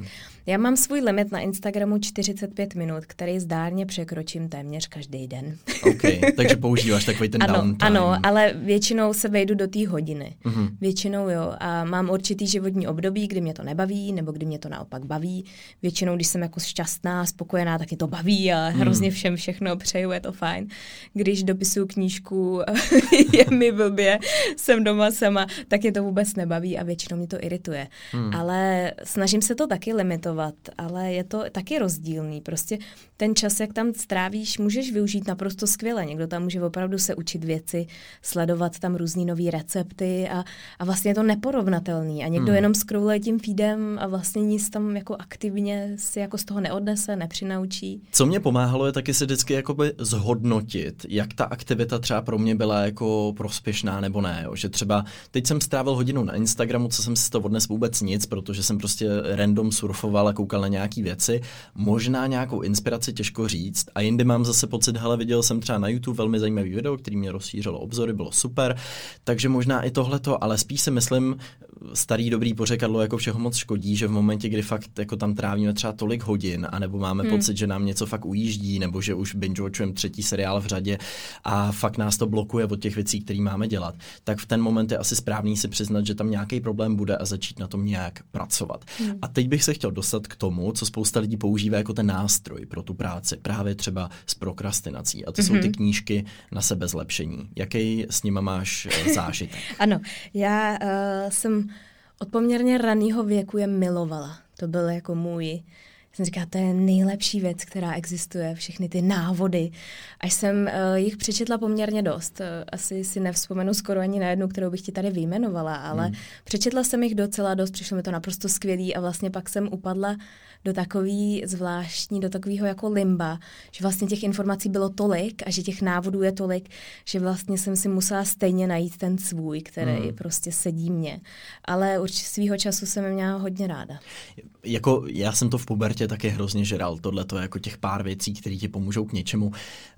Já mám svůj limit na Instagramu 45 minut, který zdárně překročím téměř každý den. OK, takže používáš takový ten downtime. Ano, ale většinou se vejdu do té hodiny. Většinou jo. A mám určitý životní období, kdy mě to nebaví, nebo kdy mě to naopak baví. Většinou, když jsem jako šťastná, spokojená, tak mě to baví a hrozně všem všechno přeju, je to fajn. Když dopisuju knížku, je mi blbě, jsem doma sama, tak mě to vůbec nebaví a většinou mě to irituje. Ale snažím se to taky limitovat, ale je to taky rozdílný. Prostě ten čas, jak tam strávíš, můžeš využít naprosto skvěle. Někdo tam může opravdu se učit věci, sledovat tam různý nový recepty a vlastně je to neporovnatelný. A někdo jenom scrolluje tím feedem a vlastně nic tam jako aktivně si jako z toho neodnese, nepřinaučí. Co mě pomáhalo je taky si vždycky jakoby zhodnotit, jak ta aktivita třeba pro mě byla jako prospěšná nebo ne. Jo. Že třeba teď jsem strávil hodinu na Instagramu, co jsem si to odnes vůbec nic, protože jsem prostě random surfoval a koukal na nějaký věci. Možná nějakou inspiraci, těžko říct. A jindy mám zase pocit, hele, viděl jsem třeba na YouTube velmi zajímavý video, který mě rozšířilo obzory, bylo super. Takže možná i tohleto, ale spíš si myslím, starý dobrý pořekadlo jako všeho moc škodí, že v momentě, kdy fakt jako tam trávíme třeba tolik hodin, anebo máme pocit, že nám něco fakt ujíždí, nebo že už binge-watchujeme 3. seriál v řadě a fakt nás to blokuje od těch věcí, které máme dělat, tak v ten moment je asi správný si přiznat, že tam nějaký problém bude a začít na tom nějak pracovat. A teď bych se chtěl dostat k tomu, co spousta lidí používá jako ten nástroj pro tu práci, právě třeba s prokrastinací. A to jsou ty knížky na sebezlepšení. Jaký s nima máš zážitek? Ano, já jsem od poměrně raného věku je milovala. To byl jako můj, jsem říkala, to je nejlepší věc, která existuje, všechny ty návody. Až jsem jich přečetla poměrně dost. Asi si nevzpomenu skoro ani na jednu, kterou bych ti tady vyjmenovala, ale přečetla jsem jich docela dost, přišlo mi to naprosto skvělý a vlastně pak jsem upadla do takový zvláštní, do takového jako limba, že vlastně těch informací bylo tolik a že těch návodů je tolik, že vlastně jsem si musela stejně najít ten svůj, který prostě sedí mně. Ale určitě svýho času jsem je měla hodně ráda. Jako já jsem to v pubertě taky hrozně žral, tohleto jako těch pár věcí, které ti pomůžou k něčemu.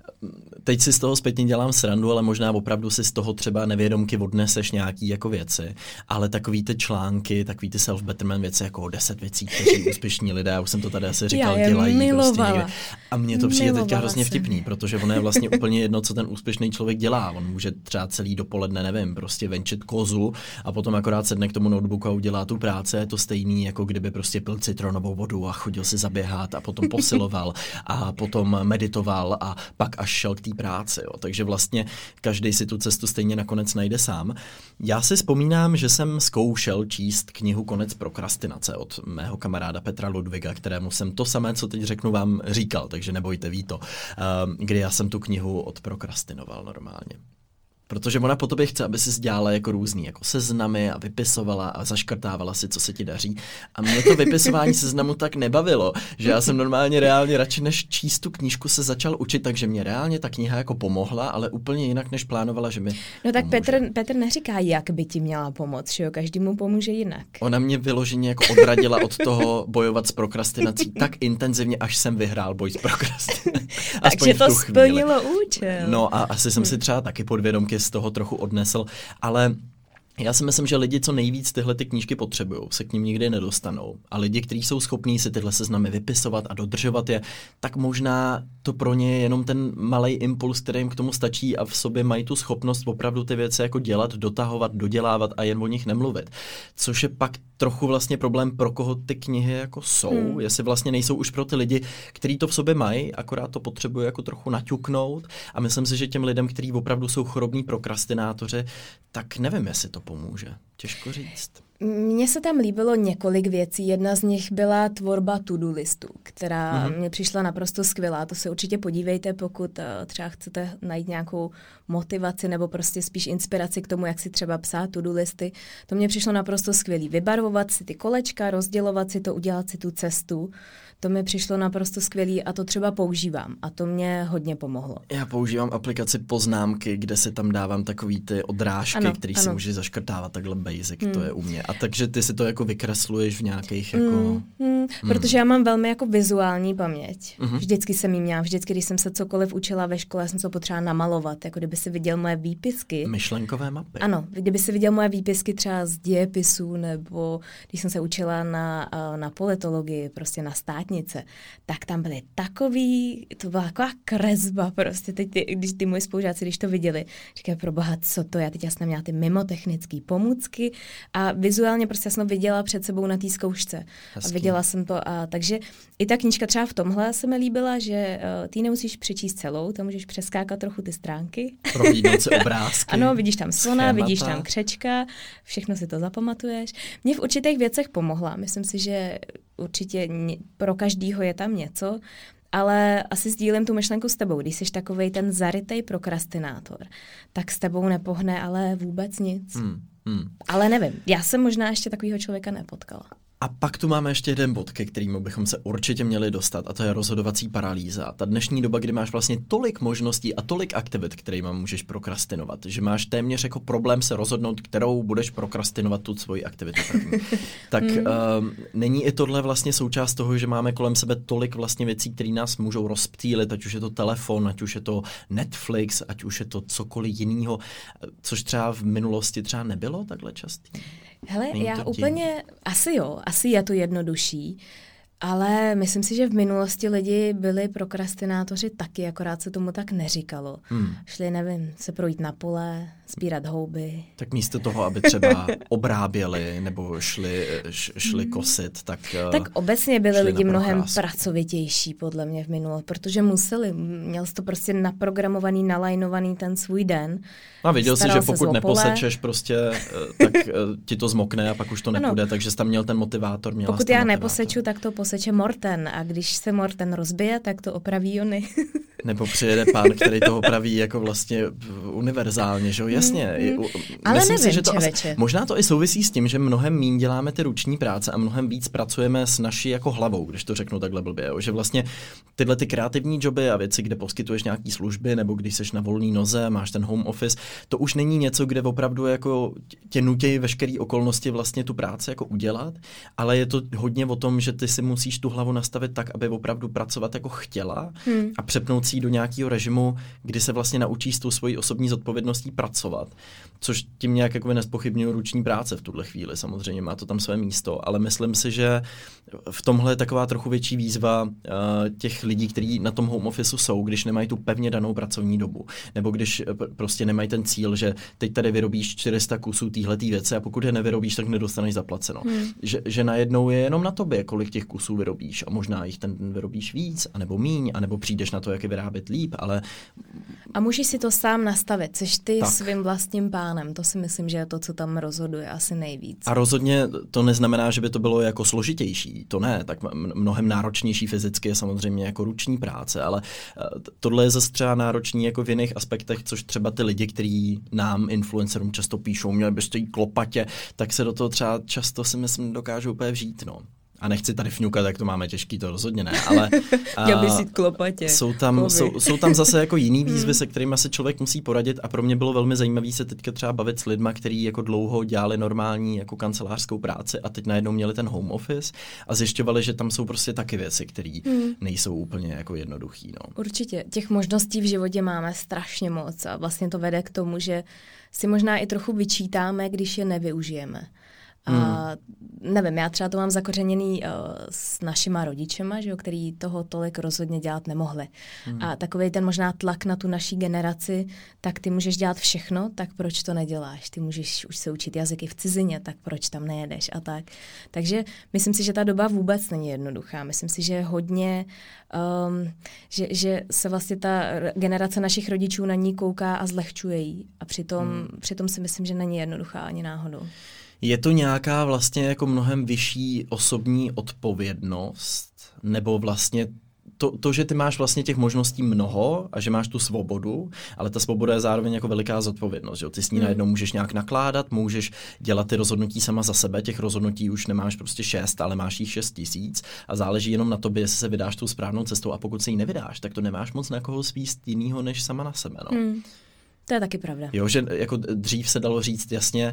Teď si z toho zpětně dělám srandu, ale možná opravdu si z toho třeba nevědomky odneseš nějaký jako věci, ale takový ty články, takový ty self-betterment věci, jako 10 věcí, kteří úspěšní lidé, já už jsem to tady asi říkal, dělají prostě někde. A mně to přijde teďka hrozně vtipný, protože ono je vlastně úplně jedno, co ten úspěšný člověk dělá. On může třeba celý dopoledne, nevím, prostě venčit kozu a potom akorát sedne k tomu notebooku a udělá tu práci. Je to stejný, jako kdyby prostě pil citronovou vodu a chodil si zaběhat a potom posiloval a potom meditoval a pak až šel k té práci. Jo. Takže vlastně každý si tu cestu stejně nakonec najde sám. Já si vzpomínám, že jsem zkoušel číst knihu Konec prokrastinace od mého kamaráda Petra Ludviga, kterému jsem to samé, co teď řeknu, vám říkal, takže nebojte, ví to, kdy já jsem tu knihu odprokrastinoval normálně. Protože ona po tobě chce, aby si dělala jako různý jako seznamy a vypisovala a zaškrtávala si, co se ti daří. A mě to vypisování seznamu tak nebavilo, že já jsem normálně reálně radši než číst tu knížku se začal učit, takže mě reálně ta kniha jako pomohla, ale úplně jinak, než plánovala, že mi No tak Petr neříká, jak by ti měla pomoct, že jo? Každému pomůže jinak. Ona mě vyloženě jako odradila od toho bojovat s prokrastinací tak intenzivně, až jsem vyhrál boj s prokrastinací. Takže to splnilo účel. No a asi jsem si třeba taky podvědomky z toho trochu odnesl, ale já si myslím, že lidi, co nejvíc tyhle ty knížky potřebují, se k ním nikdy nedostanou. A lidi, kteří jsou schopní si tyhle seznamy vypisovat a dodržovat je, tak možná to pro ně je jenom ten malej impuls, který jim k tomu stačí a v sobě mají tu schopnost opravdu ty věci jako dělat, dotahovat, dodělávat a jen o nich nemluvit. Což je pak trochu vlastně problém, pro koho ty knihy jako jsou, jestli vlastně nejsou už pro ty lidi, kteří to v sobě mají, akorát to potřebují jako trochu naťuknout a myslím si, že těm lidem, kteří opravdu jsou chorobní prokrastinátoři, tak nevím, jestli to pomůže. Těžko říct. Mně se tam líbilo několik věcí. Jedna z nich byla tvorba to-do listu, která mně přišla naprosto skvělá. To se určitě podívejte, pokud třeba chcete najít nějakou motivaci nebo prostě spíš inspiraci k tomu, jak si třeba psát to-do listy. To mně přišlo naprosto skvělý. Vybarvovat si ty kolečka, rozdělovat si to, udělat si tu cestu. To mi přišlo naprosto skvělý a to třeba používám a to mě hodně pomohlo. Já používám aplikaci Poznámky, kde si tam dávám takový ty odrážky, které si můžeš zaškrtávat takhle basic to je u mě. A takže ty si to jako vykresluješ v nějakých jako... Protože já mám velmi jako vizuální paměť. Vždycky jsem jí měla, vždycky, když jsem se cokoliv učila ve škole, jsem se potřeba namalovat, jako kdyby si viděl moje výpisky. Myšlenkové mapy. Ano, kdyby si viděl moje výpisky třeba z dějepisů, nebo když jsem se učila na politologii, prostě na státnice, tak tam byly to byla taková kresba prostě. Teď když ty moji spolužáci, když to viděli, říkají, proboha, co to je? Teď já jsem měla ty mimotechnické pomůcky a vizuálně prostě jsem to viděla před sebou na té zkoušce. Hezký. A viděla jsem to. Takže i ta knížka třeba v tomhle se mi líbila, že ty nemusíš přečíst celou, to můžeš přeskákat trochu ty stránky. Prohlídnout si obrázky. Ano, vidíš tam slona, schémata. vidíš tam křečka, všechno si to zapamatuješ. Mě v určitých věcech pomohla. Myslím si, že určitě pro každýho je tam něco, ale asi sdílím tu myšlenku s tebou. Když jsi takovej ten zarytej prokrastinátor, tak s tebou nepohne ale vůbec nic. Ale nevím, já jsem možná ještě takovýho člověka nepotkala. A pak tu máme ještě jeden bod, ke kterému bychom se určitě měli dostat, a to je rozhodovací paralýza. Ta dnešní doba, kdy máš vlastně tolik možností a tolik aktivit, kterými můžeš prokrastinovat, že máš téměř jako problém se rozhodnout, kterou budeš prokrastinovat tu svoji aktivitu první. Tak není i tohle vlastně součást toho, že máme kolem sebe tolik vlastně věcí, které nás můžou rozptýlit, ať už je to telefon, ať už je to Netflix, ať už je to cokoliv jiného, což třeba v minulosti třeba nebylo takhle častý. Hele, já úplně, asi je to jednodušší, ale myslím si, že v minulosti lidi byli prokrastinátoři taky, akorát se tomu tak neříkalo. Šli, nevím, se projít na pole, sbírat houby. Tak místo toho, aby třeba obráběli nebo šli kosit, tak obecně byli lidi mnohem pracovitější, podle mě v minulosti, protože museli, měl jsi to prostě naprogramovaný, nalajnovaný ten svůj den. A viděl jsi, že pokud neposečeš prostě, tak ti to zmokne a pak už to nepůjde, takže jsi tam měl ten motivátor. Pokud já neposeču, tak to poseče Morten a když se Morten rozbije, tak to opraví Jony. Nebo přijede pán, který to opraví jako vlastně univerzálně, že jo? Jasně. Ale myslím nevím, si, že to možná to i souvisí s tím, že mnohem míň děláme ty ruční práce a mnohem víc pracujeme s naší jako hlavou, když to řeknu takhle blbě. Jo? Že vlastně tyhle ty kreativní joby a věci, kde poskytuješ nějaký služby, nebo když seš na volný noze, máš ten home office, to už není něco, kde opravdu jako tě nutějí veškeré okolnosti vlastně tu práci jako udělat, ale je to hodně o tom, že ty si musíš tu hlavu nastavit tak, aby opravdu pracovat jako chtěla a přepnout si do nějakého režimu, kdy se vlastně naučíš s tou svojí osobní zodpovědností pracovat, což tím nějak jako nezpochybňují ruční práce v tuhle chvíli, samozřejmě má to tam své místo, ale myslím si, že v tomhle je taková trochu větší výzva těch lidí, kteří na tom home officeu jsou, když nemají tu pevně danou pracovní dobu, nebo když prostě nemají ten cíl, že teď tady vyrobíš 400 kusů téhletý věci a pokud je nevyrobíš, tak nedostaneš zaplaceno. Že najednou je jenom na tobě, kolik těch kusů vyrobíš a možná jich ten vyrobíš víc, anebo míň, anebo přijdeš na to, jak je vyrábět líp, ale... A můžeš si to sám nastavit, seš ty svým vlastním pánem, to si myslím, že je to, co tam rozhoduje asi nejvíc. A rozhodně to neznamená, že by to bylo jako složitější, to ne, tak mnohem náročnější fyzicky je samozřejmě jako ruční práce, ale tohle je zase třeba náročný jako v jiných aspektech, což třeba ty lidi, kteří nám, influencerům, často píšou, měli byste jít k lopatě, tak se do toho třeba často si myslím dokážou úplně vžít, no. A nechci tady fňukat, jak to máme těžký, to rozhodně ne, ale jsou tam zase jako jiný výzvy, se kterými se člověk musí poradit a pro mě bylo velmi zajímavé se teďka třeba bavit s lidma, kteří jako dlouho dělali normální jako kancelářskou práci a teď najednou měli ten home office a zjišťovali, že tam jsou prostě taky věci, které nejsou úplně jako jednoduchý. No. Určitě, těch možností v životě máme strašně moc a vlastně to vede k tomu, že si možná i trochu vyčítáme, když je nevyužijeme. A nevím, já třeba to mám zakořeněný s našima rodičema, že jo, který toho tolik rozhodně dělat nemohli. A takovej ten možná tlak na tu naší generaci, tak ty můžeš dělat všechno, tak proč to neděláš? Ty můžeš už se učit jazyky v cizině, tak proč tam nejedeš a tak. Takže myslím si, že ta doba vůbec není jednoduchá. Myslím si, že je hodně, že se vlastně ta generace našich rodičů na ní kouká a zlehčuje jí. A přitom si myslím, že není jednoduchá ani náhodou. Je to nějaká vlastně jako mnohem vyšší osobní odpovědnost, nebo vlastně to, že ty máš vlastně těch možností mnoho a že máš tu svobodu, ale ta svoboda je zároveň jako veliká zodpovědnost. Že? Ty s ní najednou můžeš nějak nakládat, můžeš dělat ty rozhodnutí sama za sebe, těch rozhodnutí už nemáš prostě 6, ale máš jich 6 000 a záleží jenom na tobě, jestli se vydáš tou správnou cestou a pokud se jí nevydáš, tak to nemáš moc na koho svíst jinýho než sama na sebe. No. To je taky pravda. Jo, že jako dřív se dalo říct jasně,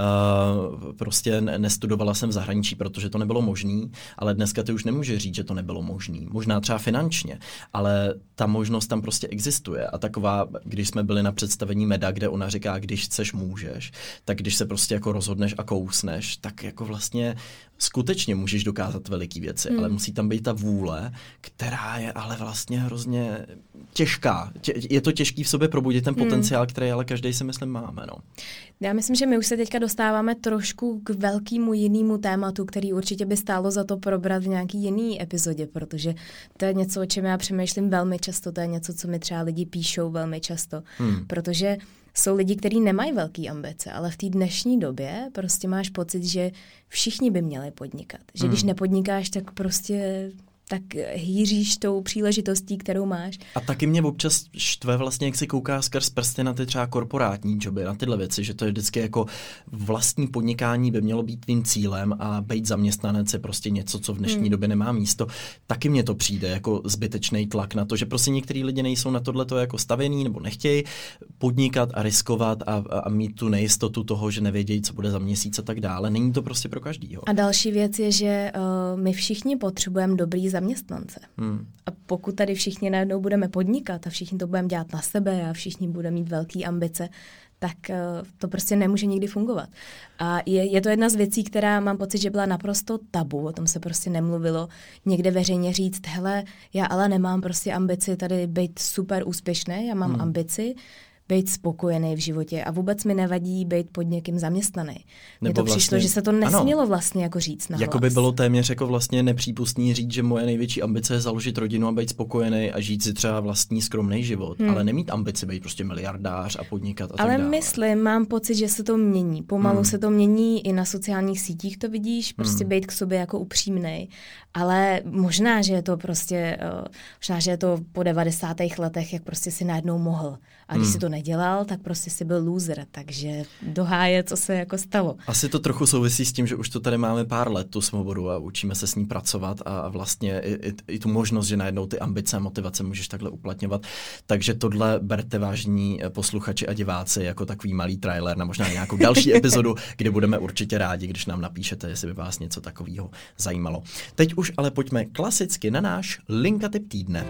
prostě nestudovala jsem v zahraničí, protože to nebylo možný, ale dneska ty už nemůže říct, že to nebylo možný. Možná třeba finančně, ale ta možnost tam prostě existuje. A taková, když jsme byli na představení Meda, kde ona říká, když chceš, můžeš, tak když se prostě jako rozhodneš a kousneš, tak jako vlastně skutečně můžeš dokázat veliký věci, ale musí tam být ta vůle, která je ale vlastně hrozně těžká. Je to těžký v sobě probudit ten potenciál, který ale každý si myslím máme. No. Já myslím, že my už se teďka dostáváme trošku k velkému jinému tématu, který určitě by stálo za to probrat v nějaký jiný epizodě, protože to je něco, o čem já přemýšlím velmi často, to je něco, co mi třeba lidi píšou velmi často, protože jsou lidi, kteří nemají velký ambice, ale v té dnešní době prostě máš pocit, že všichni by měli podnikat. Že když nepodnikáš, tak prostě tak hýříš tou příležitostí, kterou máš. A taky mě občas štve vlastně, jak si kouká skrz prsty na ty třeba korporátní joby, na tyhle věci, že to je vždycky jako vlastní podnikání by mělo být tvým cílem a být zaměstnanec je prostě něco, co v dnešní době nemá místo. Taky mně to přijde jako zbytečný tlak na to, že prostě některý lidi nejsou na tohleto jako stavěný nebo nechtějí podnikat a riskovat a mít tu nejistotu toho, že nevědějí, co bude za měsíc a tak dále. Není to prostě pro každýho. A další věc je, že my všichni potřebujeme dobrý zaměstnance. A pokud tady všichni najednou budeme podnikat a všichni to budeme dělat na sebe a všichni budeme mít velký ambice, tak to prostě nemůže nikdy fungovat. A je to jedna z věcí, která mám pocit, že byla naprosto tabu, o tom se prostě nemluvilo. Někde veřejně říct, hele, já ale nemám prostě ambici tady být super úspěšný, já mám ambici být spokojený v životě a vůbec mi nevadí být pod někým zaměstnaný. Mně to přišlo, vlastně, že se to nesmělo vlastně jako říct nahlas. Jako by bylo téměř jako vlastně nepřípustný říct, že moje největší ambice je založit rodinu a být spokojený a žít si třeba vlastní skromný život, ale nemít ambici být prostě miliardář a podnikat a tak dále. Ale mám pocit, že se to mění. Pomalu se to mění, i na sociálních sítích to vidíš, prostě být k sobě jako upřímnej. Ale možná, že je to prostě, možná, že je to po 90. letech, jak prostě si najednou mohl. A když si to nedělal, tak prostě si byl loser, takže doháje, co se jako stalo. Asi to trochu souvisí s tím, že už to tady máme pár let, tu svobodu a učíme se s ní pracovat a vlastně i tu možnost, že najednou ty ambice a motivace můžeš takhle uplatňovat. Takže tohle berte vážní posluchači a diváci jako takový malý trailer na možná nějakou další epizodu, kde budeme určitě rádi, když nám napíšete, jestli by vás něco takového zajímalo. Teď už ale pojďme klasicky na náš linkatip týdne.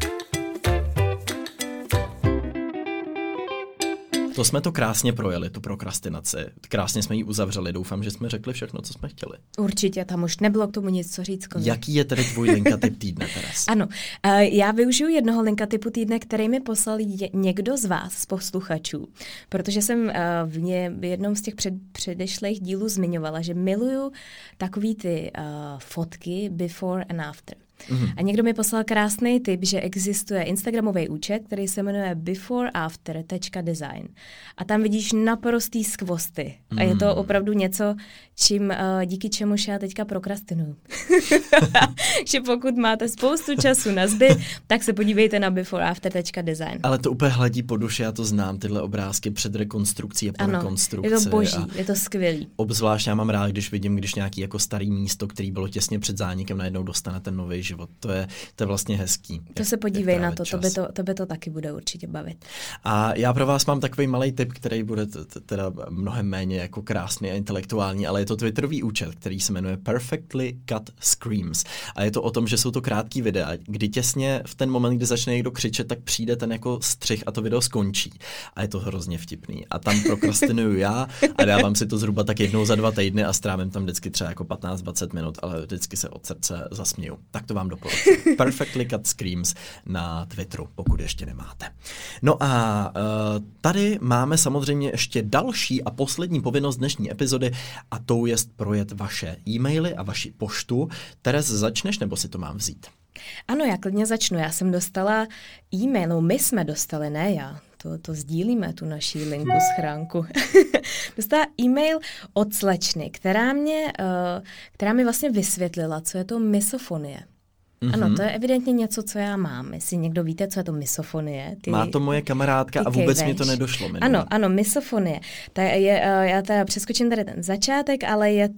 To jsme to krásně projeli, tu prokrastinaci. Krásně jsme ji uzavřeli. Doufám, že jsme řekli všechno, co jsme chtěli. Určitě, tam už nebylo k tomu nic co říct. Jaký je tedy tvůj linkatip týdne, Teres? Ano, já využiju jednoho linkatipu týdne, který mi poslal někdo z vás, z posluchačů, protože jsem v jednom z těch předešlých dílů zmiňovala, že miluju takový ty fotky before and after. A někdo mi poslal krásný tip, že existuje instagramový účet, který se jmenuje beforeafter.design. A tam vidíš naprostý skvosty. A je to opravdu něco, díky čemuž já teďka prokrastinuju. Že pokud máte spoustu času na zbyt, tak se podívejte na beforeafter.design. Ale to úplně hladí po duši, já to znám, tyhle obrázky před rekonstrukcí a po rekonstrukci. Je to boží, je to skvělý. Obzvlášť já mám rád, když vidím, když nějaký jako starý místo, který bylo těsně před zánikem, najednou dostane ten nový život. To je vlastně hezký. To se podívej na to, to by to taky bude určitě bavit. A já pro vás mám takový malý tip, který bude teda mnohem méně jako krásný a intelektuální, ale je to Twitterový účet, který se jmenuje Perfectly Cut Screams. A je to o tom, že jsou to krátký videa, kdy těsně v ten moment, kdy začne někdo křičet, tak přijde ten jako střih a to video skončí. A je to hrozně vtipný. A tam prokrastinuju já a dávám si to zhruba tak jednou za 2 týdny a strávím tam vždycky třeba jako 15-20 minut, ale vždycky se od srdce zasměju. Tak to vám doporučuji. Perfectly Cut Screams na Twitteru, pokud ještě nemáte. No a tady máme samozřejmě ještě další a poslední povinnost dnešní epizody a tou je projet vaše e-maily a vaši poštu. Teres, začneš nebo si to mám vzít? Ano, já klidně začnu. Já jsem dostala e-mail, my jsme dostali, ne já. To sdílíme, tu naší linku schránku. Dostala e-mail od slečny, která mi vlastně vysvětlila, co je to misofonie. Ano, to je evidentně něco, co já mám. Jestli někdo víte, co je to misofonie. Má to moje kamarádka a vůbec mi to nedošlo. Ano, misofonie. Já teda přeskočím tady ten začátek, ale je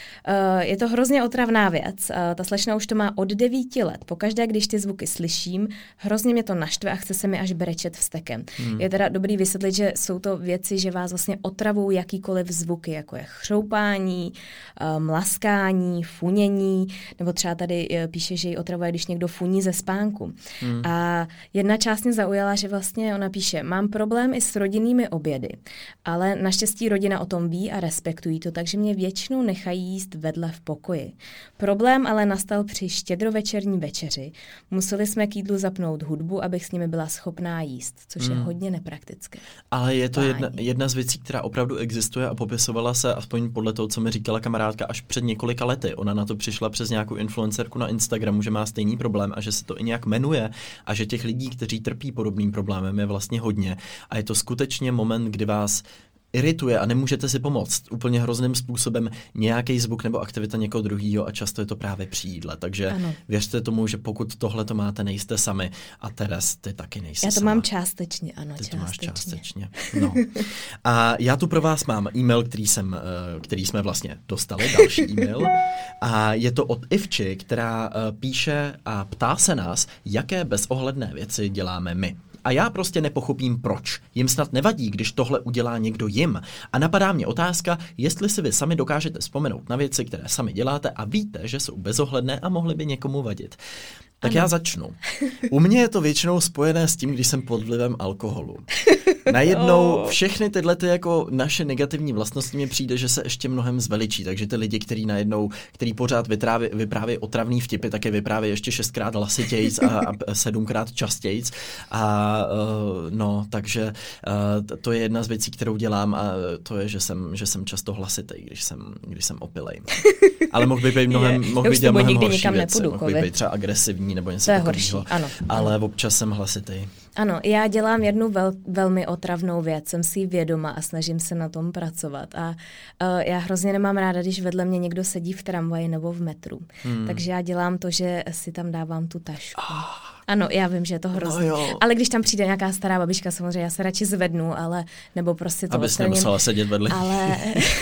to hrozně otravná věc. Ta slečna už to má od 9 let. Pokaždé, když ty zvuky slyším, hrozně mě to naštve a chce se mi až brečet vztekem. Je teda dobrý vysvětlit, že jsou to věci, že vás vlastně otravou jakýkoliv zvuky, jako je chřoupání, mlaskání, funění, nebo třeba tady píše, že ji otravuje, když někdo funí ze spánku. A jedna část mě zaujala, že vlastně ona píše, mám problém i s rodinnými obědy, ale naštěstí rodina o tom ví a respektují to, takže mě většinou nechají jíst vedle v pokoji. Problém ale nastal při štědrovečerní večeři. Museli jsme k jídlu zapnout hudbu, abych s nimi byla schopná jíst, což je hodně nepraktické. Ale je to jedna z věcí, která opravdu existuje a popisovala se, aspoň podle toho, co mi říkala kamarádka, až před několika lety. Ona na to přišla přes nějakou influencerku na Instagramu, že má stejný problém a že se to i nějak jmenuje a že těch lidí, kteří trpí podobným problémem, je vlastně hodně. A je to skutečně moment, kdy vás irituje a nemůžete si pomoct úplně hrozným způsobem nějaký zvuk nebo aktivita někoho druhýho a často je to právě při jídle. Takže věřte tomu, že pokud tohle to máte, nejste sami a Teres, ty taky nejsi Já to sama. mám částečně, ano, Ty to máš částečně. No. A já tu pro vás mám e-mail, který jsme vlastně dostali, další e-mail. A je to od Ivči, která píše a ptá se nás, jaké bezohledné věci děláme my. A já prostě nepochopím proč. Jim snad nevadí, když tohle udělá někdo jim. A napadá mě otázka, jestli si vy sami dokážete vzpomenout na věci, které sami děláte a víte, že jsou bezohledné a mohly by někomu vadit. Tak já začnu. U mě je to většinou spojené s tím, když jsem pod vlivem alkoholu. Najednou všechny tyhle jako naše negativní vlastnosti mi přijde, že se ještě mnohem zveličí, takže ty lidi, který pořád vyprávějí otravný vtipy, tak je vyprávějí ještě 6krát hlasitějc a 7krát častějc. Takže to je jedna z věcí, kterou dělám a to je, že jsem často hlasitej, když jsem opilej. Ale mohl by být mnohem horší věci. Mohl by být třeba agresivní nebo něco takového. Ale občas jsem hlasitej. Ano, já dělám jednu velmi otravnou věc, jsem si jí vědoma a snažím se na tom pracovat. A já hrozně nemám ráda, když vedle mě někdo sedí v tramvaji nebo v metru. Takže já dělám to, že si tam dávám tu tašku. Ano, já vím, že je to hrozné. Ale když tam přijde nějaká stará babička, samozřejmě já se radši zvednu, nebo prostě to abys nemusela sedět vedle. Ale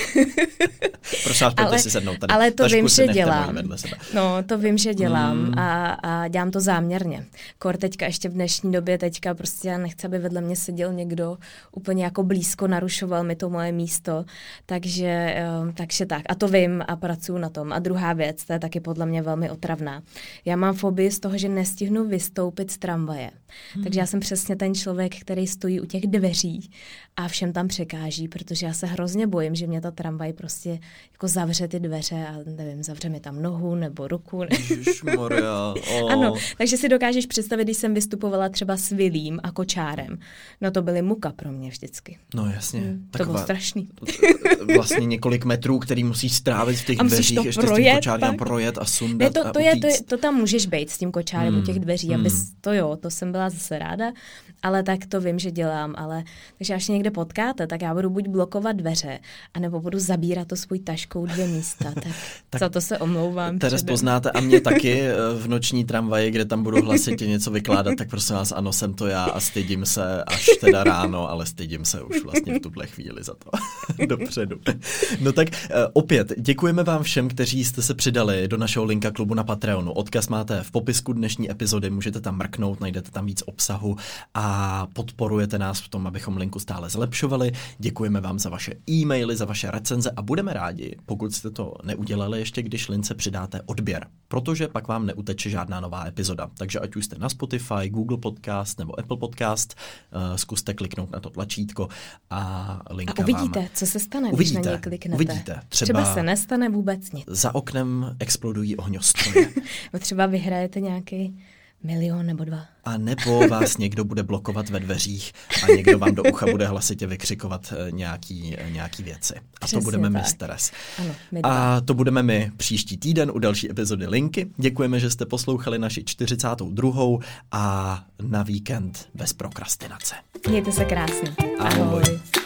prosím vás, pojďte si sednout tady. Ale to vím, že dělám. No, to vím, že dělám a dělám to záměrně. Kor teďka ještě v dnešní době prostě já nechci, aby vedle mě seděl někdo úplně jako blízko, narušoval mi to moje místo. Takže tak. A to vím a pracuji na tom. A druhá věc, to je taky podle mě velmi otravná. Já mám fobii z toho, že nestihnu vystoupit z tramvaje. Takže já jsem přesně ten člověk, který stojí u těch dveří a všem tam překáží, protože já se hrozně bojím, že mě ta tramvaj prostě jako zavře ty dveře a nevím, zavře mi tam nohu nebo ruku. Ježišmarja. Ano, takže si dokážeš představit, když jsem vystupovala třeba s Vilím a Kočárem. No to byly muka pro mě vždycky. No jasně. To bylo strašný. Vlastně několik metrů, který musíš strávit v těch dveřích, ještě s tím Kočárem projet a sundat a to tam můžeš být s tím Kočárem u těch dveří, to jsem byla zase ráda, ale tak to vím, že dělám, takže až někde potkáte, tak já budu buď blokovat dveře, anebo budu zabírat to svůj taškou 2 místa, tak za to se omlouvám. Teres poznáte a mě taky v noční tramvaji, kde tam budu hlasitě něco vykládat, tak prosím vás, ano, jsem to já a stydím se až teda ráno, ale stydím se už vlastně v tuhle chvíli za to dopředu. No tak opět děkujeme vám všem, kteří jste se přidali do našeho linka klubu na Patreonu. Odkaz máte v popisku dnešní epizody, můžete tam mrknout, najdete tam víc obsahu a podporujete nás v tom, abychom linku stále zlepšovali. Děkujeme vám za vaše e-maily, za vaše recenze a budeme rádi, pokud jste to neudělali ještě, když lince přidáte odběr, protože pak vám neuteče žádná nová epizoda. Takže ať už jste na Spotify, Google Podcast nebo Apple Podcast, zkuste kliknout na to tlačítko a linka a uvidíte, co se stane, když na něj kliknete. Uvidíte. Třeba se nestane vůbec nic. Za oknem explodují ohňostroje. Třeba vyhrajete nějaký 1 milion nebo 2. A nebo vás někdo bude blokovat ve dveřích a někdo vám do ucha bude hlasitě vykřikovat nějaký věci. A přesně to budeme my, Teres. Ano, a to budeme my příští týden u další epizody Linky. Děkujeme, že jste poslouchali naši 42. a na víkend bez prokrastinace. Mějte se krásně. Ahoj.